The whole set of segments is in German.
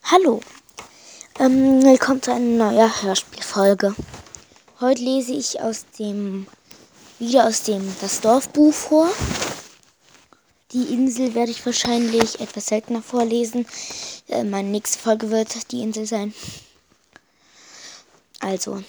Hallo, willkommen zu einer neuen Hörspielfolge. Heute lese ich wieder aus dem Das Dorfbuch vor. Die Insel werde ich wahrscheinlich etwas seltener vorlesen. Meine nächste Folge wird die Insel sein. Also,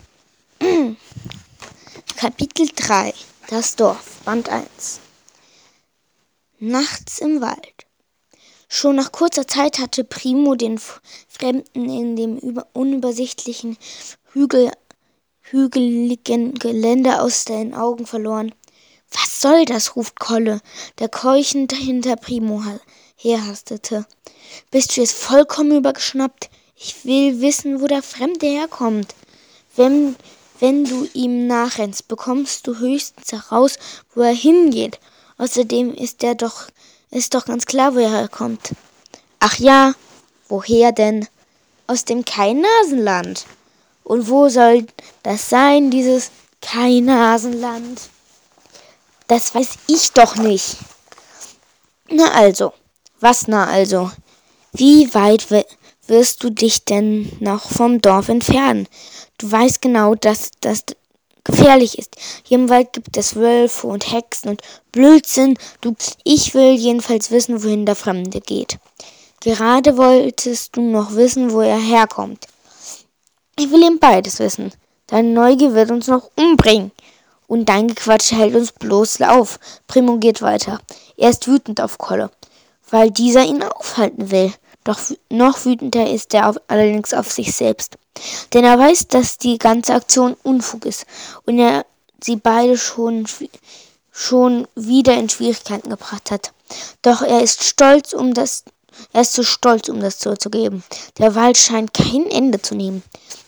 Kapitel 3, Das Dorf, Band 1. Nachts im Wald. Schon nach kurzer Zeit hatte Primo den Fremden in dem unübersichtlichen, hügeligen Gelände aus den Augen verloren. »Was soll das?« ruft Kolle, der keuchend hinter Primo herhastete. »Bist du jetzt vollkommen übergeschnappt? Ich will wissen, wo der Fremde herkommt. Wenn du ihm nachrennst, bekommst du höchstens heraus, wo er hingeht. Außerdem ist doch ganz klar, woher er kommt.« »Ach ja, woher denn?« »Aus dem Kein-Nasen-Land.« »Und wo soll das sein, dieses Kein-Nasen-Land?« »Das weiß ich doch nicht.« »Na also, was na also? Wie weit wirst du dich denn noch vom Dorf entfernen? Du weißt genau, dass das gefährlich ist. Hier im Wald gibt es Wölfe und Hexen und Blödsinn. Ich will jedenfalls wissen, wohin der Fremde geht. Gerade wolltest du noch wissen, wo er herkommt. Ich will eben beides wissen. Deine Neugier wird uns noch umbringen. Und dein Gequatsch hält uns bloß auf. Primo geht weiter. Er ist wütend auf Kolle, weil dieser ihn aufhalten will. Doch noch wütender ist er allerdings auf sich selbst. Denn er weiß, dass die ganze Aktion Unfug ist und er sie beide schon wieder in Schwierigkeiten gebracht hat. Doch er ist zu stolz, um das zuzugeben. Der Wald scheint kein Ende zu nehmen.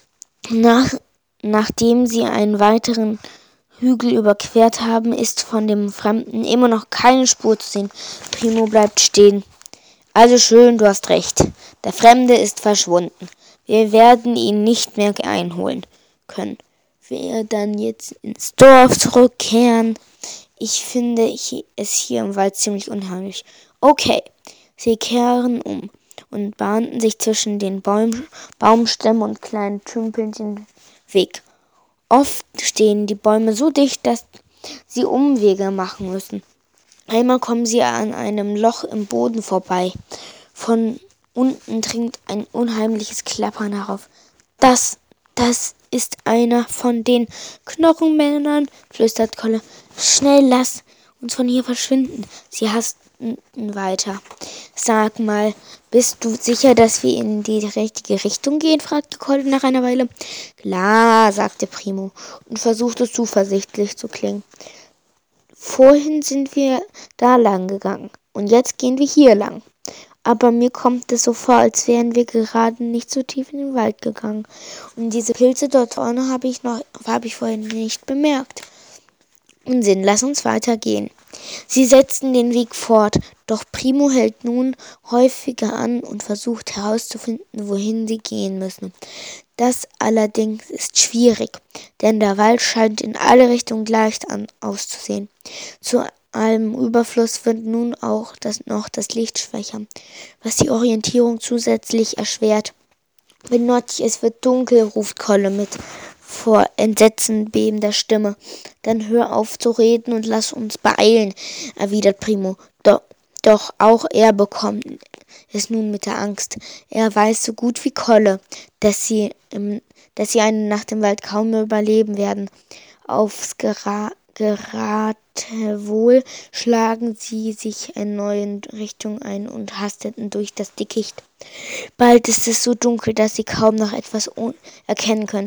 Nachdem sie einen weiteren Hügel überquert haben, ist von dem Fremden immer noch keine Spur zu sehen. Primo bleibt stehen. »Also schön, du hast recht. Der Fremde ist verschwunden. Wir werden ihn nicht mehr einholen können. Wir dann jetzt ins Dorf zurückkehren. Ich finde es hier im Wald ziemlich unheimlich. Okay.« Sie kehren um und bahnten sich zwischen den Baumstämmen und kleinen Tümpeln den Weg. Oft stehen die Bäume so dicht, dass sie Umwege machen müssen. Einmal kommen sie an einem Loch im Boden vorbei. Von unten dringt ein unheimliches Klappern herauf. Das ist einer von den Knochenmännern, flüstert Kolle. »Schnell, lass uns von hier verschwinden.« Sie hasten weiter. »Sag mal, bist du sicher, dass wir in die richtige Richtung gehen?« fragte Kolle nach einer Weile. »Klar«, sagte Primo und versuchte zuversichtlich zu klingen. »Vorhin sind wir da lang gegangen und jetzt gehen wir hier lang. Aber mir kommt es so vor, als wären wir gerade nicht so tief in den Wald gegangen. Und diese Pilze dort vorne habe ich vorhin nicht bemerkt. Unsinn, lass uns weitergehen.« Sie setzten den Weg fort, doch Primo hält nun häufiger an und versucht herauszufinden, wohin sie gehen müssen. Das allerdings ist schwierig, denn der Wald scheint in alle Richtungen gleich auszusehen. Zu allem Überfluss wird nun auch das Licht schwächer, was die Orientierung zusätzlich erschwert. »Benotch, es wird dunkel«, ruft Kolle mit vor Entsetzen bebender Stimme. »Dann hör auf zu reden und lass uns beeilen«, erwidert Primo. Doch auch er bekommt es nun mit der Angst. Er weiß so gut wie Kolle, dass sie eine Nacht im Wald kaum mehr überleben werden. Aufs Geratewohl schlagen sie sich in neue Richtungen ein und hasteten durch das Dickicht. Bald ist es so dunkel, dass sie kaum noch etwas erkennen können.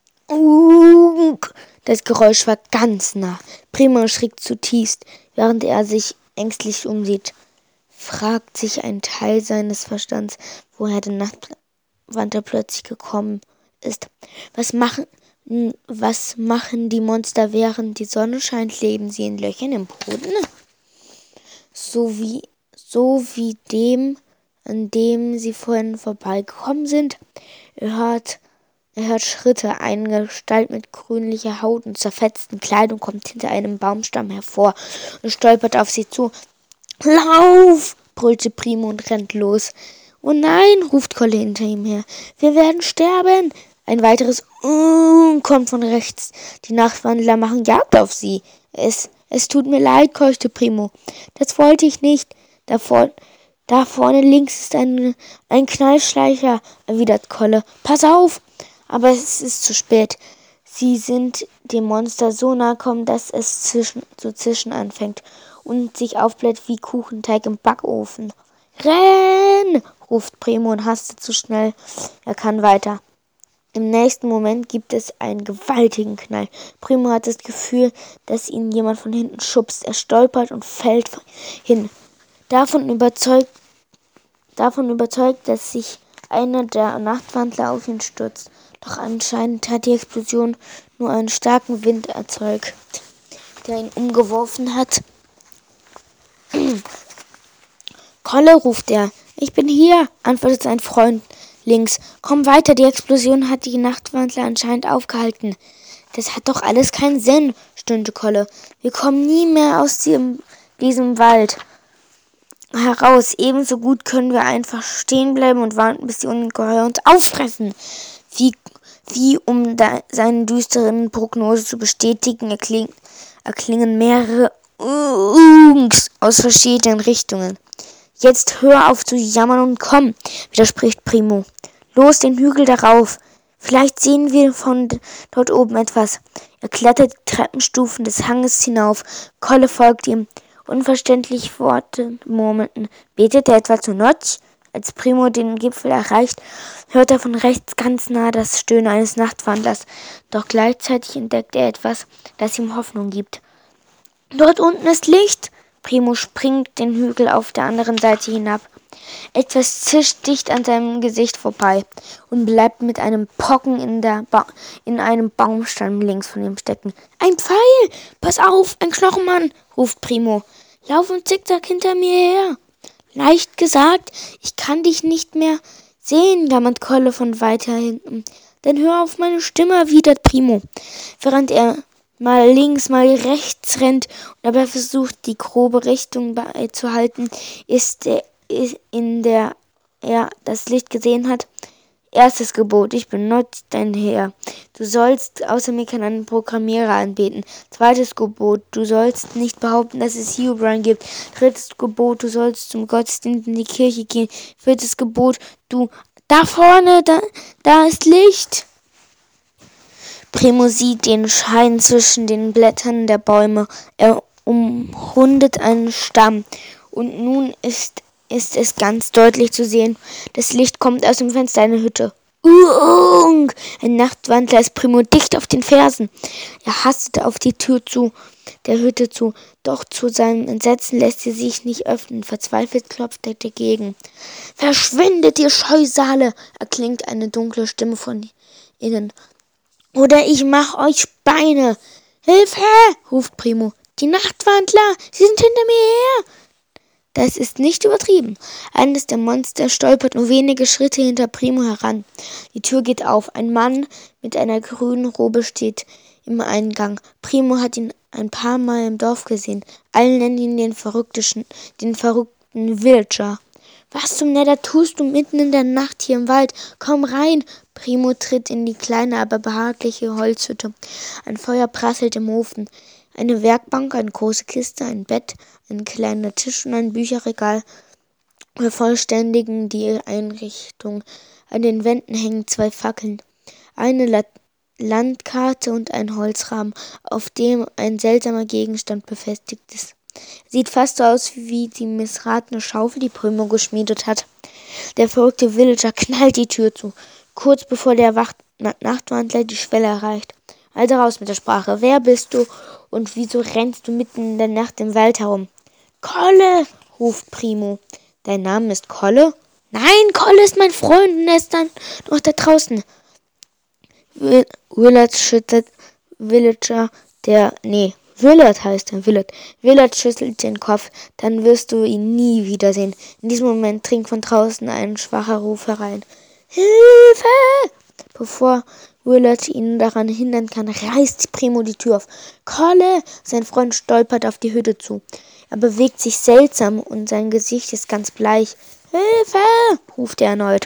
Das Geräusch war ganz nah. Primo erschrickt zutiefst, während er sich ängstlich umsieht. Fragt sich ein Teil seines Verstands, woher der Nachtwandler plötzlich gekommen ist. Was machen die Monster, während die Sonne scheint? Leben sie in Löchern im Boden? So wie dem, an dem sie vorhin vorbeigekommen sind. Er hört Schritte. Eine Gestalt mit grünlicher Haut und zerfetzten Kleidung kommt hinter einem Baumstamm hervor und stolpert auf sie zu. »Lauf!« brüllte Primo und rennt los. Oh nein, ruft Kolle hinter ihm her. Wir werden sterben. Ein weiteres kommt von rechts. Die Nachtwandler machen Jagd auf sie. Es tut mir leid, keuchte Primo. Das wollte ich nicht. Da vorne links ist ein Knallschleicher, erwidert Kolle. Pass auf! Aber es ist zu spät. Sie sind dem Monster so nahe gekommen, dass es zu zischen anfängt und sich aufbläht wie Kuchenteig im Backofen. Renn! Ruft Primo und hastet so schnell er kann weiter. Im nächsten Moment gibt es einen gewaltigen Knall. Primo hat das Gefühl, dass ihn jemand von hinten schubst. Er stolpert und fällt hin. Davon überzeugt, dass sich einer der Nachtwandler auf ihn stürzt. Doch anscheinend hat die Explosion nur einen starken Wind erzeugt, der ihn umgeworfen hat. Kolle, ruft er. Ich bin hier, antwortet sein Freund links. Komm weiter, die Explosion hat die Nachtwandler anscheinend aufgehalten. Das hat doch alles keinen Sinn, stöhnte Kolle. Wir kommen nie mehr aus diesem Wald heraus. Ebenso gut können wir einfach stehen bleiben und warten, bis die Ungeheuer uns auffressen. Wie um seine düsteren Prognose zu bestätigen, erklingen mehrere aus verschiedenen Richtungen. Jetzt hör auf zu jammern und komm, widerspricht Primo. Los, den Hügel darauf. Vielleicht sehen wir von dort oben etwas. Er klettert die Treppenstufen des Hanges hinauf. Kolle folgt ihm. Unverständlich Worte murmelten. Betet er etwa zu Notch? Als Primo den Gipfel erreicht, hört er von rechts ganz nah das Stöhnen eines Nachtwandlers. Doch gleichzeitig entdeckt er etwas, das ihm Hoffnung gibt. Dort unten ist Licht! Primo springt den Hügel auf der anderen Seite hinab. Etwas zischt dicht an seinem Gesicht vorbei und bleibt mit einem Pocken in einem Baumstamm links von ihm stecken. Ein Pfeil! Pass auf, ein Knochenmann! Ruft Primo. Lauf im Zickzack hinter mir her! Leicht gesagt, ich kann dich nicht mehr sehen, jammert Kolle von weiter hinten. Dann hör auf meine Stimme, erwidert Primo, während er mal links, mal rechts rennt und dabei versucht, die grobe Richtung beizuhalten, in der er das Licht gesehen hat. Erstes Gebot, ich bin Notch, dein Herr. Du sollst außer mir keinen Programmierer anbeten. Zweites Gebot, du sollst nicht behaupten, dass es Herobrine gibt. Drittes Gebot, du sollst zum Gottesdienst in die Kirche gehen. Viertes Gebot, da vorne, da ist Licht. Primo sieht den Schein zwischen den Blättern der Bäume. Er umrundet einen Stamm und nun ist es ganz deutlich zu sehen. Das Licht kommt aus dem Fenster einer Hütte. Ein Nachtwandler ist Primo dicht auf den Fersen. Er hastet auf die Tür der Hütte zu, doch zu seinem Entsetzen lässt sie sich nicht öffnen. Verzweifelt klopft er dagegen. Verschwindet, ihr Scheusale, erklingt eine dunkle Stimme von innen. Oder ich mach euch Beine. Hilfe, ruft Primo. Die Nachtwandler, sie sind hinter mir her. Das ist nicht übertrieben. Eines der Monster stolpert nur wenige Schritte hinter Primo heran. Die Tür geht auf. Ein Mann mit einer grünen Robe steht im Eingang. Primo hat ihn ein paar Mal im Dorf gesehen. Alle nennen ihn den verrückten Villager. Was zum Nether tust du mitten in der Nacht hier im Wald? Komm rein! Primo tritt in die kleine, aber behagliche Holzhütte. Ein Feuer prasselt im Ofen. Eine Werkbank, eine große Kiste, ein Bett, ein kleiner Tisch und ein Bücherregal vervollständigen die Einrichtung. An den Wänden hängen 2 Fackeln, eine Landkarte und ein Holzrahmen, auf dem ein seltsamer Gegenstand befestigt ist. Sieht fast so aus wie die missratene Schaufel, die Primo geschmiedet hat. Der verrückte Villager knallt die Tür zu, kurz bevor der Nachtwandler die Schwelle erreicht. Also raus mit der Sprache. Wer bist du und wieso rennst du mitten in der Nacht im Wald herum? Kolle, ruft Primo. Dein Name ist Kolle? Nein, Kolle ist mein Freund und er ist dann noch da draußen. Willard heißt er, Willard. Willard schüttelt den Kopf, dann wirst du ihn nie wiedersehen. In diesem Moment dringt von draußen ein schwacher Ruf herein. Hilfe! Bevor Willard ihn daran hindern kann, reißt Primo die Tür auf. Kolle! Sein Freund stolpert auf die Hütte zu. Er bewegt sich seltsam und sein Gesicht ist ganz bleich. Hilfe! Ruft er erneut.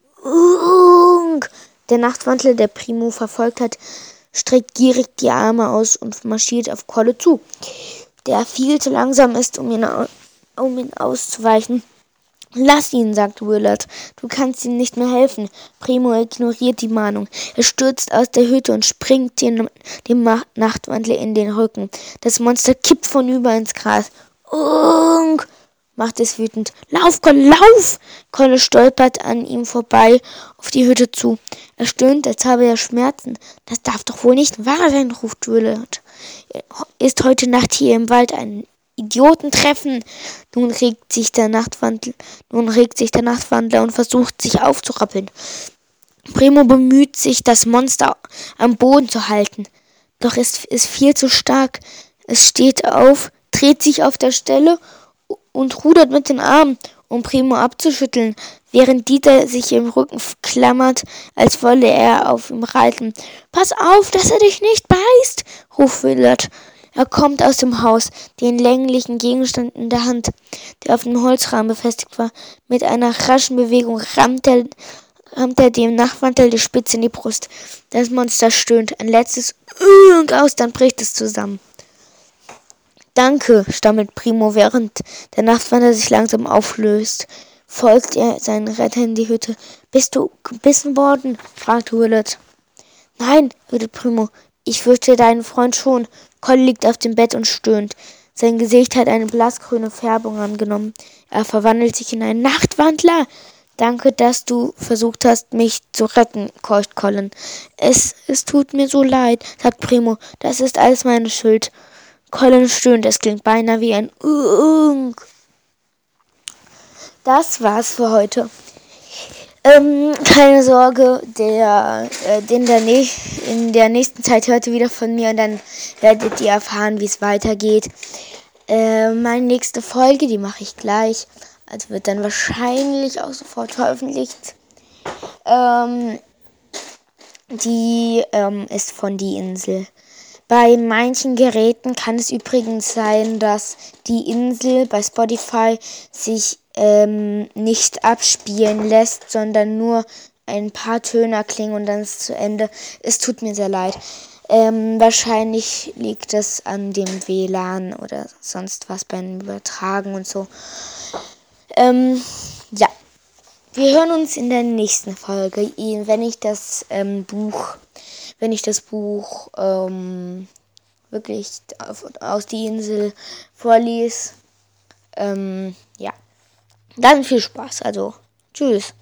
Der Nachtwandler, der Primo verfolgt hat, streckt gierig die Arme aus und marschiert auf Kolle zu, der viel zu langsam ist, um ihn auszuweichen. Lass ihn, sagt Willard. Du kannst ihm nicht mehr helfen. Primo ignoriert die Mahnung. Er stürzt aus der Hütte und springt dem Nachtwandler in den Rücken. Das Monster kippt vornüber ins Gras. Unk! Macht es wütend. Lauf, Kolle, lauf! Kolle stolpert an ihm vorbei auf die Hütte zu. Er stöhnt, als habe er Schmerzen. Das darf doch wohl nicht wahr sein, ruft Willard. Ist heute Nacht hier im Wald ein Idioten treffen. Nun regt sich der Nachtwandler und versucht, sich aufzurappeln. Primo bemüht sich, das Monster am Boden zu halten. Doch es ist viel zu stark. Es steht auf, dreht sich auf der Stelle und rudert mit den Armen, um Primo abzuschütteln, während Dieter sich im Rücken klammert, als wolle er auf ihm reiten. Pass auf, dass er dich nicht beißt, ruft Willard. Er kommt aus dem Haus, den länglichen Gegenstand in der Hand, der auf dem Holzrahmen befestigt war. Mit einer raschen Bewegung rammt er dem Nachtwandler die Spitze in die Brust. Das Monster stöhnt ein letztes aus, dann bricht es zusammen. Danke, stammelt Primo, während der Nachtwandler sich langsam auflöst. Folgt er seinen Retter in die Hütte. Bist du gebissen worden? Fragt Willard. Nein, redet Primo. Ich fürchte deinen Freund schon. Kolle liegt auf dem Bett und stöhnt. Sein Gesicht hat eine blassgrüne Färbung angenommen. Er verwandelt sich in einen Nachtwandler. Danke, dass du versucht hast, mich zu retten, keucht Colin. Es tut mir so leid, sagt Primo. Das ist alles meine Schuld. Colin stöhnt. Es klingt beinahe wie ein Unk. Das war's für heute. Keine Sorge, in der nächsten Zeit hört ihr wieder von mir und dann werdet ihr erfahren, wie es weitergeht. Meine nächste Folge, die mache ich gleich, also wird dann wahrscheinlich auch sofort veröffentlicht. Die ist von Die Insel. Bei manchen Geräten kann es übrigens sein, dass Die Insel bei Spotify sich nicht abspielen lässt, sondern nur ein paar Töne klingen und dann ist es zu Ende. Es tut mir sehr leid. Wahrscheinlich liegt es an dem WLAN oder sonst was beim Übertragen und so. Ja. Wir hören uns in der nächsten Folge, wenn ich das Buch wirklich aus Die Insel vorlese. Ja. Dann viel Spaß. Also, tschüss.